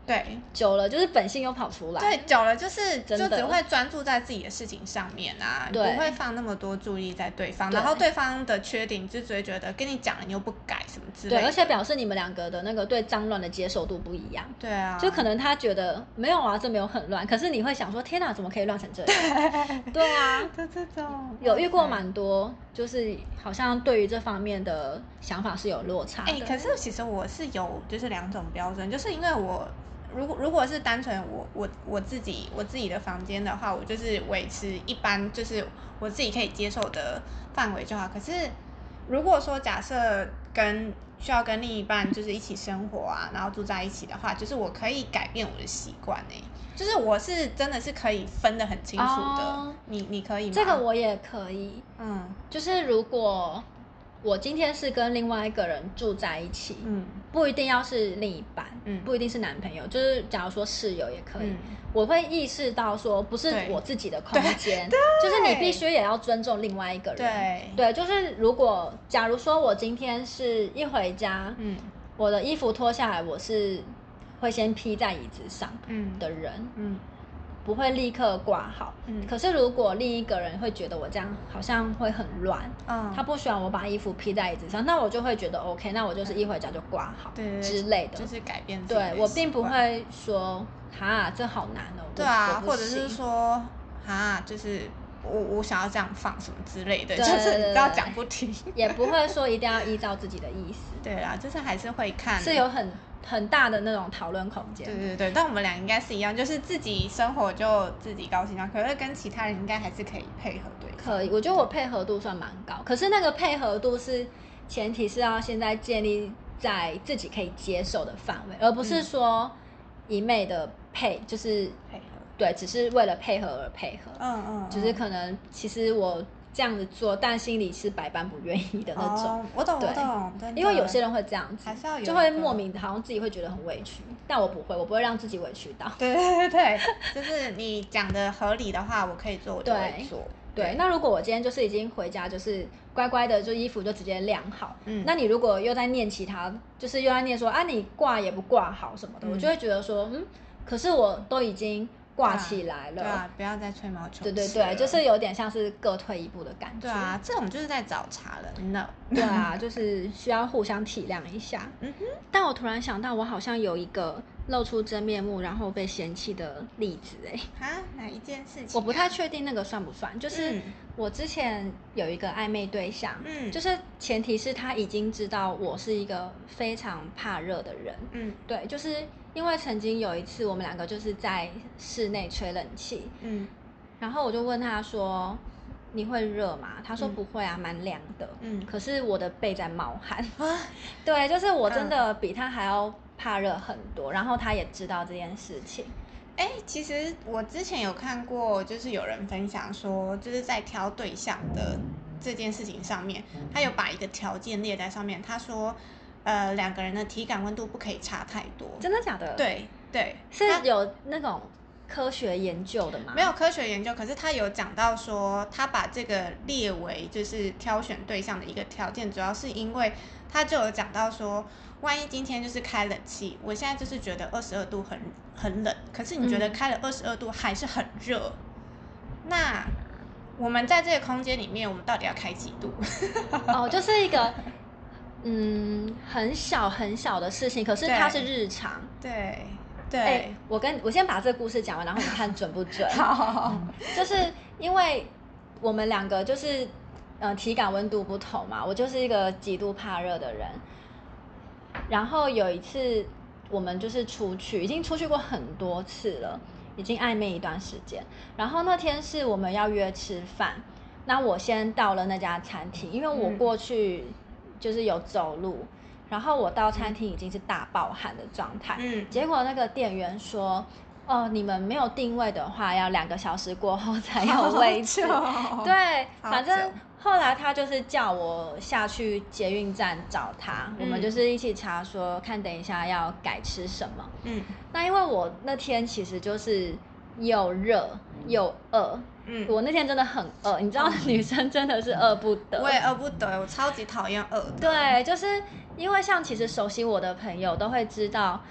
B: 对，
A: 久了就是本性又跑出来。
B: 对，久了就是就只会专注在自己的事情上面啊，不会放那么多注意在对方，然后对方的缺点就只会觉得跟你讲了你又不改什么之类的。
A: 对，而且表示你们两个的那个对脏乱的接受度不一样。
B: 对啊，
A: 就可能他觉得没有啊，这没有很乱，可是你会想说天哪，怎么可以乱成这样？对啊，
B: 就这种
A: 有遇过蛮多，就是好像对于这方面的想法是有落差的。
B: 哎、欸，可是其实我是有就是两种标准，就是因为我。如果如果是单纯我我我自己我自己的房间的话，我就是维持一般就是我自己可以接受的范围就好。可是如果说假设跟需要跟另一半就是一起生活啊，然后住在一起的话，就是我可以改变我的习惯哎，就是我是真的是可以分得很清楚的。哦、你你可以吗？
A: 这个我也可以，嗯，就是如果。我今天是跟另外一个人住在一起，嗯，不一定要是另一半，嗯，不一定是男朋友，就是假如说室友也可以。嗯、我会意识到说，不是我自己的空间，就是你必须也要尊重另外一个人。对，对，就是如果假如说我今天是一回家，嗯，我的衣服脱下来，我是会先披在椅子上的人，嗯。嗯不会立刻挂好，嗯，可是如果另一个人会觉得我这样好像会很乱，嗯，他不喜欢我把衣服披在椅子上，那我就会觉得 OK， 那我就是一回家就挂好，对之类的，
B: 就是改变自己的习惯。
A: 对我并不会说哈这好难哦，
B: 对啊，或者是说哈就是我我想要这样放什么之类的，就是你知道讲不听，
A: 也不会说一定要依照自己的意思。
B: 对啦，就是还是会看，
A: 是有很。很大的那种讨论空间。
B: 对对对，但我们俩应该是一样，就是自己生活就自己高兴啊。可是跟其他人应该还是可以配合对方。
A: 可以，我觉得我配合度算蛮高。可是那个配合度是前提是要现在建立在自己可以接受的范围，而不是说一昧的配，就是配合。对，只是为了配合而配合。嗯嗯。就是可能其实我。这样子做，但心里是百般不愿意的那种。
B: 哦、我懂，我懂，
A: 因为有些人会这样子，
B: 还是要有
A: 就会莫名的，好像自己会觉得很委屈。但我不会，我不会让自己委屈到。
B: 对对对，就是你讲的合理的话，我可以做，我就会做。
A: 对，对那如果我今天就是已经回家，就是乖乖的，就衣服就直接晾好。嗯。那你如果又在念其他，就是又在念说啊，你挂也不挂好什么的，嗯、我就会觉得说，嗯，可是我都已经。挂起来了，
B: 对啊，不要再吹毛求疵。
A: 对对对，就是有点像是各退一步的感觉。
B: 对啊，这种就是在找茬了 ，no。
A: 对啊，就是需要互相体谅一下。嗯哼。但我突然想到，我好像有一个露出真面目然后被嫌弃的例子哎。
B: 啊，哪一件事情、啊？
A: 我不太确定那个算不算，就是我之前有一个暧昧对象，嗯，就是前提是他已经知道我是一个非常怕热的人，嗯，对，就是。因为曾经有一次，我们两个就是在室内吹冷气，嗯，然后我就问他说：“你会热吗？”他说：“不会啊，蛮凉的。”嗯，可是我的背在冒汗啊，对，就是我真的比他还要怕热很多，然后他也知道这件事情。
B: 哎，其实我之前有看过，就是有人分享说，就是在挑对象的这件事情上面，他有把一个条件列在上面，他说。呃，两个人的体感温度不可以差太多。
A: 真的假的？
B: 对对，
A: 是有那种科学研究的吗？
B: 没有科学研究，可是他有讲到说，他把这个列为就是挑选对象的一个条件，主要是因为他就有讲到说，万一今天就是开冷气，我现在就是觉得二十二度很很冷，可是你觉得开了二十二度还是很热，嗯、那我们在这个空间里面，我们到底要开几度？
A: 哦，就是一个。嗯，很小很小的事情，可是它是日常。
B: 对对、
A: 欸，我跟我先把这个故事讲完，然后你看准不准？
B: 好、嗯，
A: 就是因为我们两个就是呃体感温度不同嘛，我就是一个极度怕热的人。然后有一次我们就是出去，已经出去过很多次了，已经暧昧一段时间。然后那天是我们要约吃饭，那我先到了那家餐厅，因为我过去。嗯就是有走路，然后我到餐厅已经是大爆汗的状态，嗯，结果那个店员说，哦，你们没有定位的话，要两个小时过后才有位置。对，反正后来他就是叫我下去捷运站找他，嗯、我们就是一起查说，看等一下要改吃什么。嗯，那因为我那天其实就是又热又饿。嗯，我那天真的很饿，你知道，女生真的是饿不得。
B: 我也饿不得，我超级讨厌饿的。
A: 对，就是因为像其实熟悉我的朋友都会知道，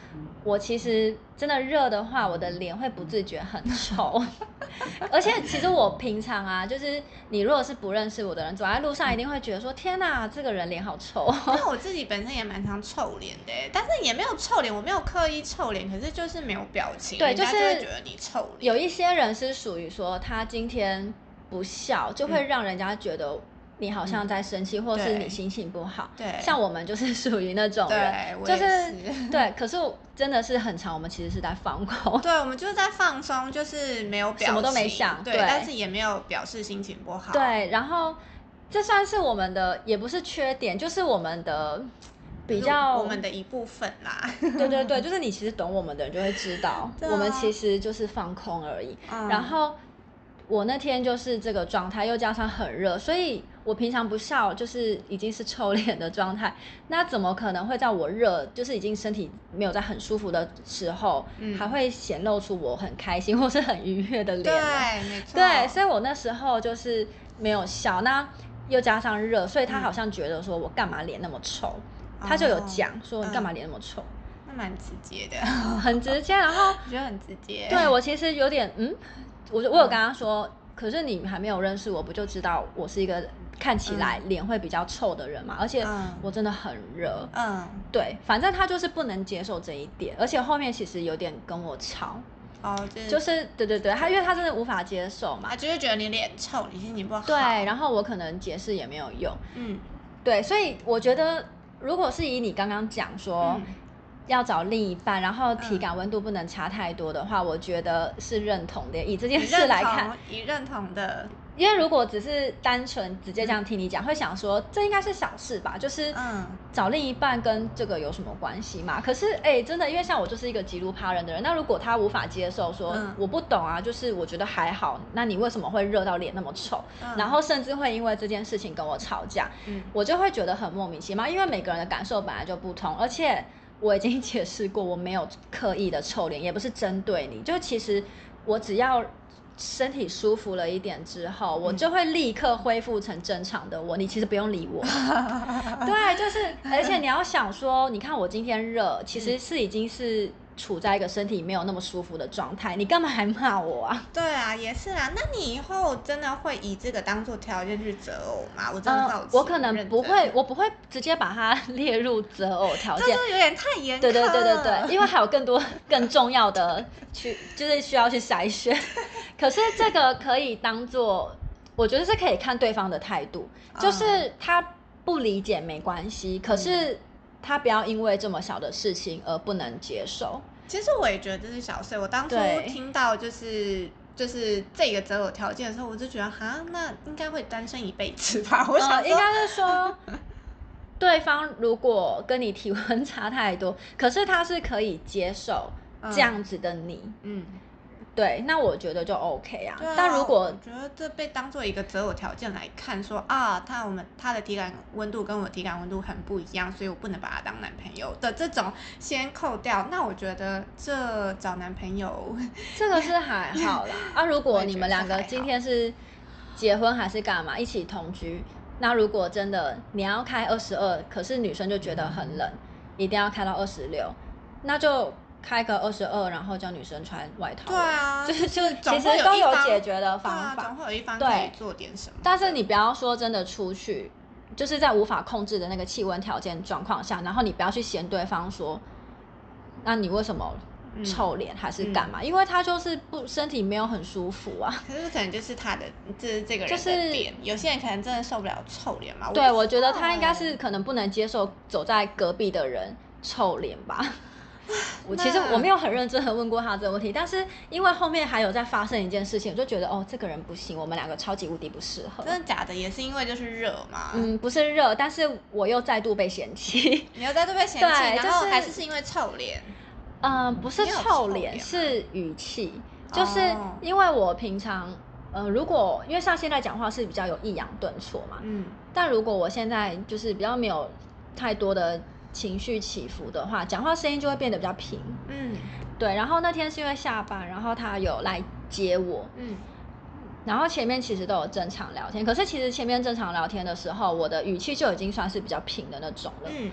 A: 我其实真的热的话，我的脸会不自觉很臭，而且其实我平常啊，就是你如果是不认识我的人，走在路上一定会觉得说，天哪，这个人脸好臭。
B: 因为我自己本身也蛮常臭脸的，但是也没有臭脸，我没有刻意臭脸，可是就是没有表情，对，就是会觉得你臭脸。
A: 有一些人是属于说，他今天不笑，就会让人家觉得你好像在生气，嗯、或是你心情不好。对，像我们就是属于那种人，
B: 就是
A: 对。可是真的是很常，我们其实是在放空。
B: 对，我们就是在放松，就是没有表情，
A: 什么都没想，
B: 对，但是也没有表示心情不好。
A: 对，然后这算是我们的，也不是缺点，就是我们的比较
B: 我们的一部分啦。
A: 对对对，就是你其实懂我们的人就会知道，啊、我们其实就是放空而已。嗯、然后我那天就是这个状态，又加上很热，所以我平常不笑，就是已经是臭脸的状态。那怎么可能会在我热，就是已经身体没有在很舒服的时候，嗯、还会显露出我很开心或是很愉悦的脸？
B: 对，没错。
A: 对，所以我那时候就是没有笑，那又加上热，所以他好像觉得说我干嘛脸那么臭，嗯、他就有讲说你干嘛脸那么臭。嗯
B: 那蛮直接的，
A: 很直接，然后
B: 我觉得很直接。
A: 对，我其实有点嗯，我我有跟他说，嗯、可是你还没有认识我，不就知道我是一个看起来脸会比较臭的人嘛？而且我真的很热，嗯，对，反正他就是不能接受这一点，而且后面其实有点跟我吵。哦，就是、就是对对对，他因为他真的无法接受嘛，
B: 他就会觉得你脸臭，你心情不好。
A: 对，然后我可能解释也没有用，嗯，对，所以我觉得如果是以你刚刚讲说。嗯要找另一半，然后体感温度不能差太多的话，嗯、我觉得是认同的。以这件事来看，
B: 以认同的，
A: 因为如果只是单纯直接这样听你讲，嗯、会想说这应该是小事吧，就是找另一半跟这个有什么关系嘛？可是哎，真的，因为像我就是一个极度怕人的人，那如果他无法接受说，嗯、我不懂啊，就是我觉得还好，那你为什么会热到脸那么臭？嗯、然后甚至会因为这件事情跟我吵架，嗯、我就会觉得很莫名其妙，因为每个人的感受本来就不同，而且我已经解释过，我没有刻意的臭脸，也不是针对你，就其实我只要身体舒服了一点之后，我就会立刻恢复成正常的我，你其实不用理我。对，就是，而且你要想说，你看我今天热，其实是已经是处在一个身体没有那么舒服的状态，你干嘛还骂我啊？
B: 对啊，也是啊。那你以后真的会以这个当做条件去择偶吗？我真的好奇、呃、
A: 我可能不会，我不会直接把它列入择偶条件，
B: 这有点太严苛了。
A: 对对对对对，因为还有更多更重要的去，就是需要去筛选。可是这个可以当做，我觉得是可以看对方的态度，就是他不理解没关系，可是他不要因为这么小的事情而不能接受。
B: 其实我也觉得这是小事，我当初听到就是就是这个择偶条件的时候，我就觉得哈，那应该会单身一辈子吧。我想说、
A: 呃、应该是说对方如果跟你体温差太多，可是他是可以接受这样子的你，嗯。嗯对，那我觉得就 OK 啊。啊但如果
B: 我觉得这被当做一个择偶条件来看说，说啊，他我们他的体感温度跟我的体感温度很不一样，所以我不能把他当男朋友的这种先扣掉。那我觉得这找男朋友
A: 这个是还好啦。啊，如果你们两个今天是结婚还是干嘛一起同居，那如果真的你要开二十二，可是女生就觉得很冷，一定要开到二十六，那就。开个二十二，然后叫女生穿外套。
B: 对啊，
A: 就是就其实都有解决的方法，
B: 总会有一方可以做点什么。
A: 但是你不要说真的出去，就是在无法控制的那个气温条件状况下，然后你不要去嫌对方说，那你为什么臭脸还是干嘛？嗯、因为他就是不身体没有很舒服啊。
B: 可是可能就是他的这是这个人的点，就是、有些人可能真的受不了臭脸嘛。
A: 对，我觉得他应该是可能不能接受走在隔壁的人臭脸吧。我其实我没有很认真的问过他这个问题，但是因为后面还有在发生一件事情，我就觉得哦，这个人不行，我们两个超级无敌不适合。
B: 真的假的？也是因为就是热嘛？
A: 嗯，不是热，但是我又再度被嫌弃。
B: 你又再度被嫌弃，对，然后还是是因为臭脸。
A: 嗯、呃，不是臭脸，是语气，就是因为我平常呃，如果因为像现在讲话是比较有抑扬顿挫嘛，嗯，但如果我现在就是比较没有太多的情绪起伏的话，讲话声音就会变得比较平。嗯，对。然后那天是因为下班，然后他有来接我。嗯，然后前面其实都有正常聊天，可是其实前面正常聊天的时候，我的语气就已经算是比较平的那种了。嗯，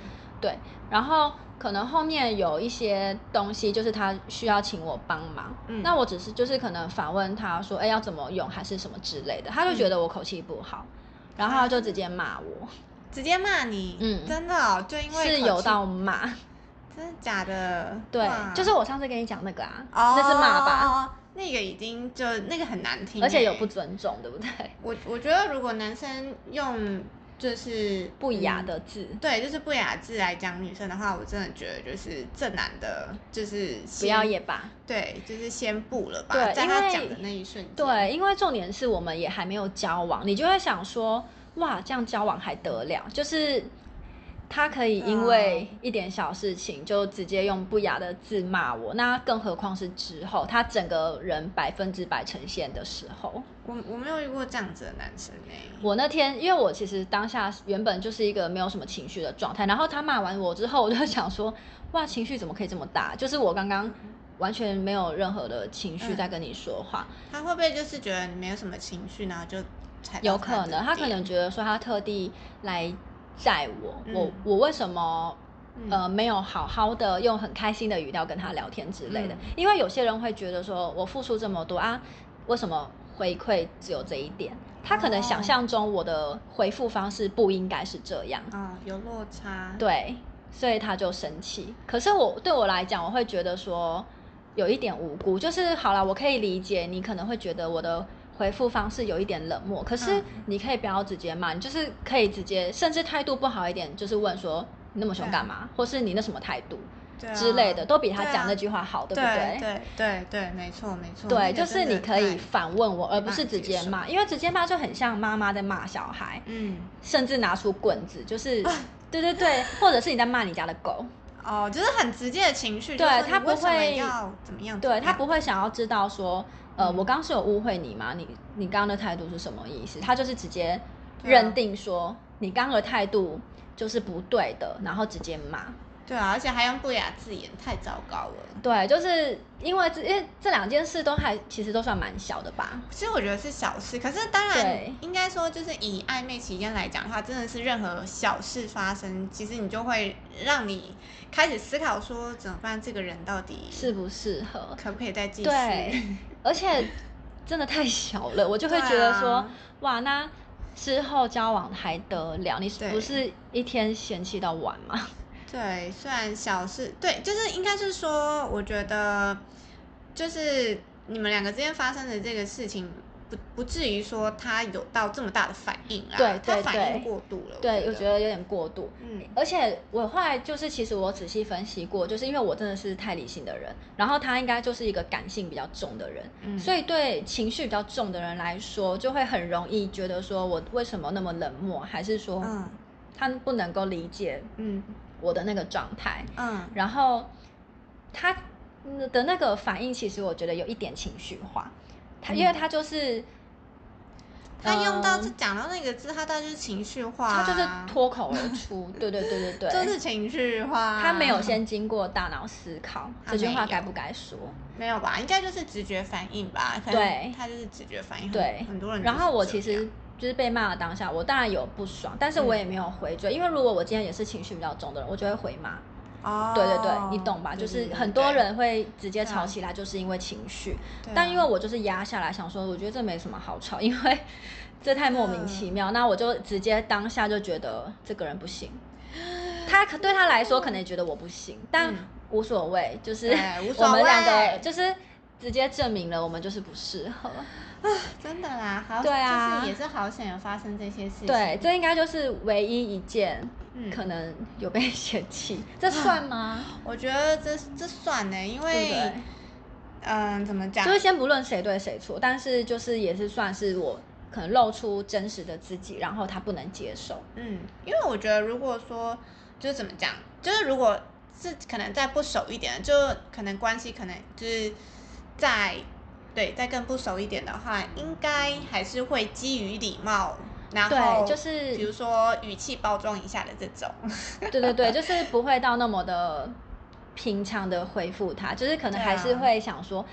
A: 对，然后可能后面有一些东西就是他需要请我帮忙，嗯，那我只是就是可能反问他说，哎，要怎么用还是什么之类的，他就觉得我口气不好，嗯，然后他就直接骂我，
B: 直接骂你，嗯，真的哦，就因为
A: 是有到骂，
B: 真的假的？
A: 对，就是我上次跟你讲那个啊，哦，那是骂吧。
B: 那个已经就那个很难听，
A: 而且有不尊重，对不对？
B: 我我觉得如果男生用就是
A: 不雅的字，
B: 嗯，对，就是不雅字来讲女生的话，我真的觉得就是这男的，就是
A: 不要也罢，
B: 对，就是先不了吧。对，在他讲的那一瞬间，
A: 对，因为重点是我们也还没有交往，你就会想说，哇，这样交往还得了？就是。他可以因为一点小事情就直接用不雅的字骂我，那更何况是之后他整个人百分之百呈现的时候。
B: 我我没有遇过这样子的男生哎，欸。
A: 我那天因为我其实当下原本就是一个没有什么情绪的状态，然后他骂完我之后，我就想说，哇，情绪怎么可以这么大？就是我刚刚完全没有任何的情绪在跟你说话。
B: 嗯，他会不会就是觉得你没有什么情绪，然后就踩到他的点？
A: 有可能，他可能觉得说他特地来。在我，嗯，我我为什么呃没有好好的用很开心的语调跟他聊天之类的？嗯，因为有些人会觉得说我付出这么多啊，为什么回馈只有这一点？他可能想象中我的回复方式不应该是这样
B: 啊，有落差。
A: 对，所以他就生气。可是我对我来讲，我会觉得说有一点无辜，就是好了，我可以理解你可能会觉得我的。回复方式有一点冷漠，可是你可以不要直接骂，你就是可以直接，甚至态度不好一点，就是问说你那么凶干嘛，或是你那什么态度，啊，之类的，都比他讲那句话好， 对， 对不对？
B: 对对对，没错没错。
A: 对，就是你可以反问我，而不是直接骂，因为直接骂就很像妈妈在骂小孩，嗯，甚至拿出棍子，就是，对对对，或者是你在骂你家的狗。
B: 哦，就是很直接的情绪，
A: 对，他不会
B: 要怎么样？
A: 对，他不会想要知道说，呃，我刚刚是有误会你吗？你你刚刚的态度是什么意思？他就是直接认定说你刚刚的态度就是不对的，然后直接骂。
B: 对啊，而且还用不雅字眼，太糟糕了。
A: 对，就是因为这因为这两件事都还其实都算蛮小的吧。
B: 其实我觉得是小事，可是当然应该说就是以暧昧期间来讲的话，真的是任何小事发生，其实你就会让你开始思考说怎么办，这个人到底
A: 适不适合，
B: 可不可以再继续？
A: 对，而且真的太小了，我就会觉得说，啊，哇，那之后交往还得了？你不是一天嫌弃到晚吗？
B: 对，虽然小事，对，就是应该是说，我觉得就是你们两个之间发生的这个事情，不不至于说他有到这么大的反应啦，
A: 对对对，
B: 他反应过度了，
A: 对，我觉得有点过度，嗯，而且我后来就是其实我仔细分析过，就是因为我真的是太理性的人，然后他应该就是一个感性比较重的人，嗯，所以对情绪比较重的人来说，就会很容易觉得说我为什么那么冷漠，还是说，嗯，他不能够理解，嗯。我的那个状态，嗯，然后他的那个反应，其实我觉得有一点情绪化，他、嗯、因为他就是，
B: 他用到讲、呃、到那个字，他当然就是情绪化、啊，
A: 他就是脱口而出，对对对对对，
B: 就是情绪化，
A: 他没有先经过大脑思考，这句话该不该说？
B: 没有吧，应该就是直觉反应吧，对，他就是直觉反应，
A: 对，
B: 很多人。
A: 然后我其实。就是被骂的当下，我当然有不爽，但是我也没有回追，嗯、因为如果我今天也是情绪比较重的人，我就会回骂。哦，对对对，你懂吧？就是很多人会直接吵起来，就是因为情绪。但因为我就是压下来，想说，我觉得这没什么好吵，因为这太莫名其妙。那我就直接当下就觉得这个人不行，他对他来说可能觉得我不行，但无所谓，就是我们两个就是直接证明了我们就是不适合。
B: 啊，真的啦，好，对啊，就是也是好险有发生这些事情。
A: 对，这应该就是唯一一件，嗯，可能有被嫌弃，这算吗？
B: 我觉得这这算呢，因为，嗯，怎么讲？
A: 就是先不论谁对谁错，但是就是也是算是我可能露出真实的自己，然后他不能接受。
B: 嗯，因为我觉得如果说就是怎么讲，就是如果是可能再不熟一点，就可能关系可能就是在。对，再更不熟一点的话，应该还是会基于礼貌，然后
A: 就是
B: 比如说语气包装一下的这种。
A: 对对对，就是不会到那么的平常的回复他，就是可能还是会想说，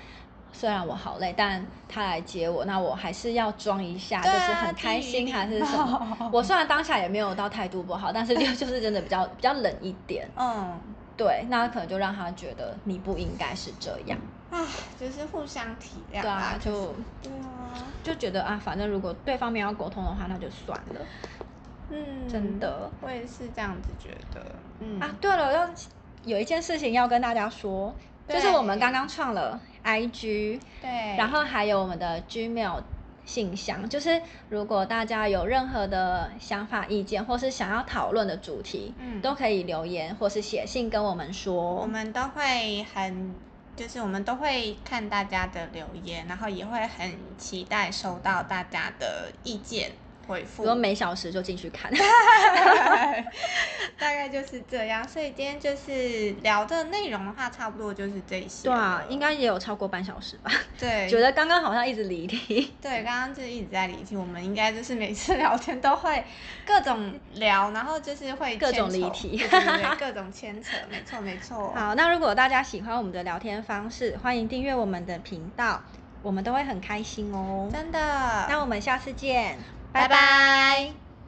A: 虽然我好累，但他来接我，那我还是要装一下，就是很开心还是什么。我虽然当下也没有到态度不好，但是就是真的比较比较冷一点。嗯，对，那可能就让他觉得你不应该是这样。
B: 啊，就是互相体谅。
A: 对啊，就
B: 对啊，
A: 就觉得啊，反正如果对方没有要沟通的话，那就算了。嗯，真的，
B: 我也是这样子觉得。嗯
A: 啊，对了，要有一件事情要跟大家说，就是我们刚刚创了 I G，
B: 对，
A: 然后还有我们的 Gmail 信箱，就是如果大家有任何的想法、意见，或是想要讨论的主题，嗯，都可以留言或是写信跟我们说，
B: 我们都会很，就是我们都会看大家的留言，然后也会很期待收到大家的意见。回复，
A: 如果每小时就进去看，
B: 大概就是这样。所以今天就是聊的内容的话，差不多就是这些。
A: 对啊，应该也有超过半小时吧。
B: 对，
A: 觉得刚刚好像一直离题。
B: 对，刚刚就是一直在离题。我们应该就是每次聊天都会各种聊，然后就是会
A: 各种离题，
B: 对对对，各种牵扯，没错没错。
A: 好，那如果大家喜欢我们的聊天方式，欢迎订阅我们的频道，我们都会很开心哦。
B: 真的。
A: 那我们下次见。
B: 拜拜。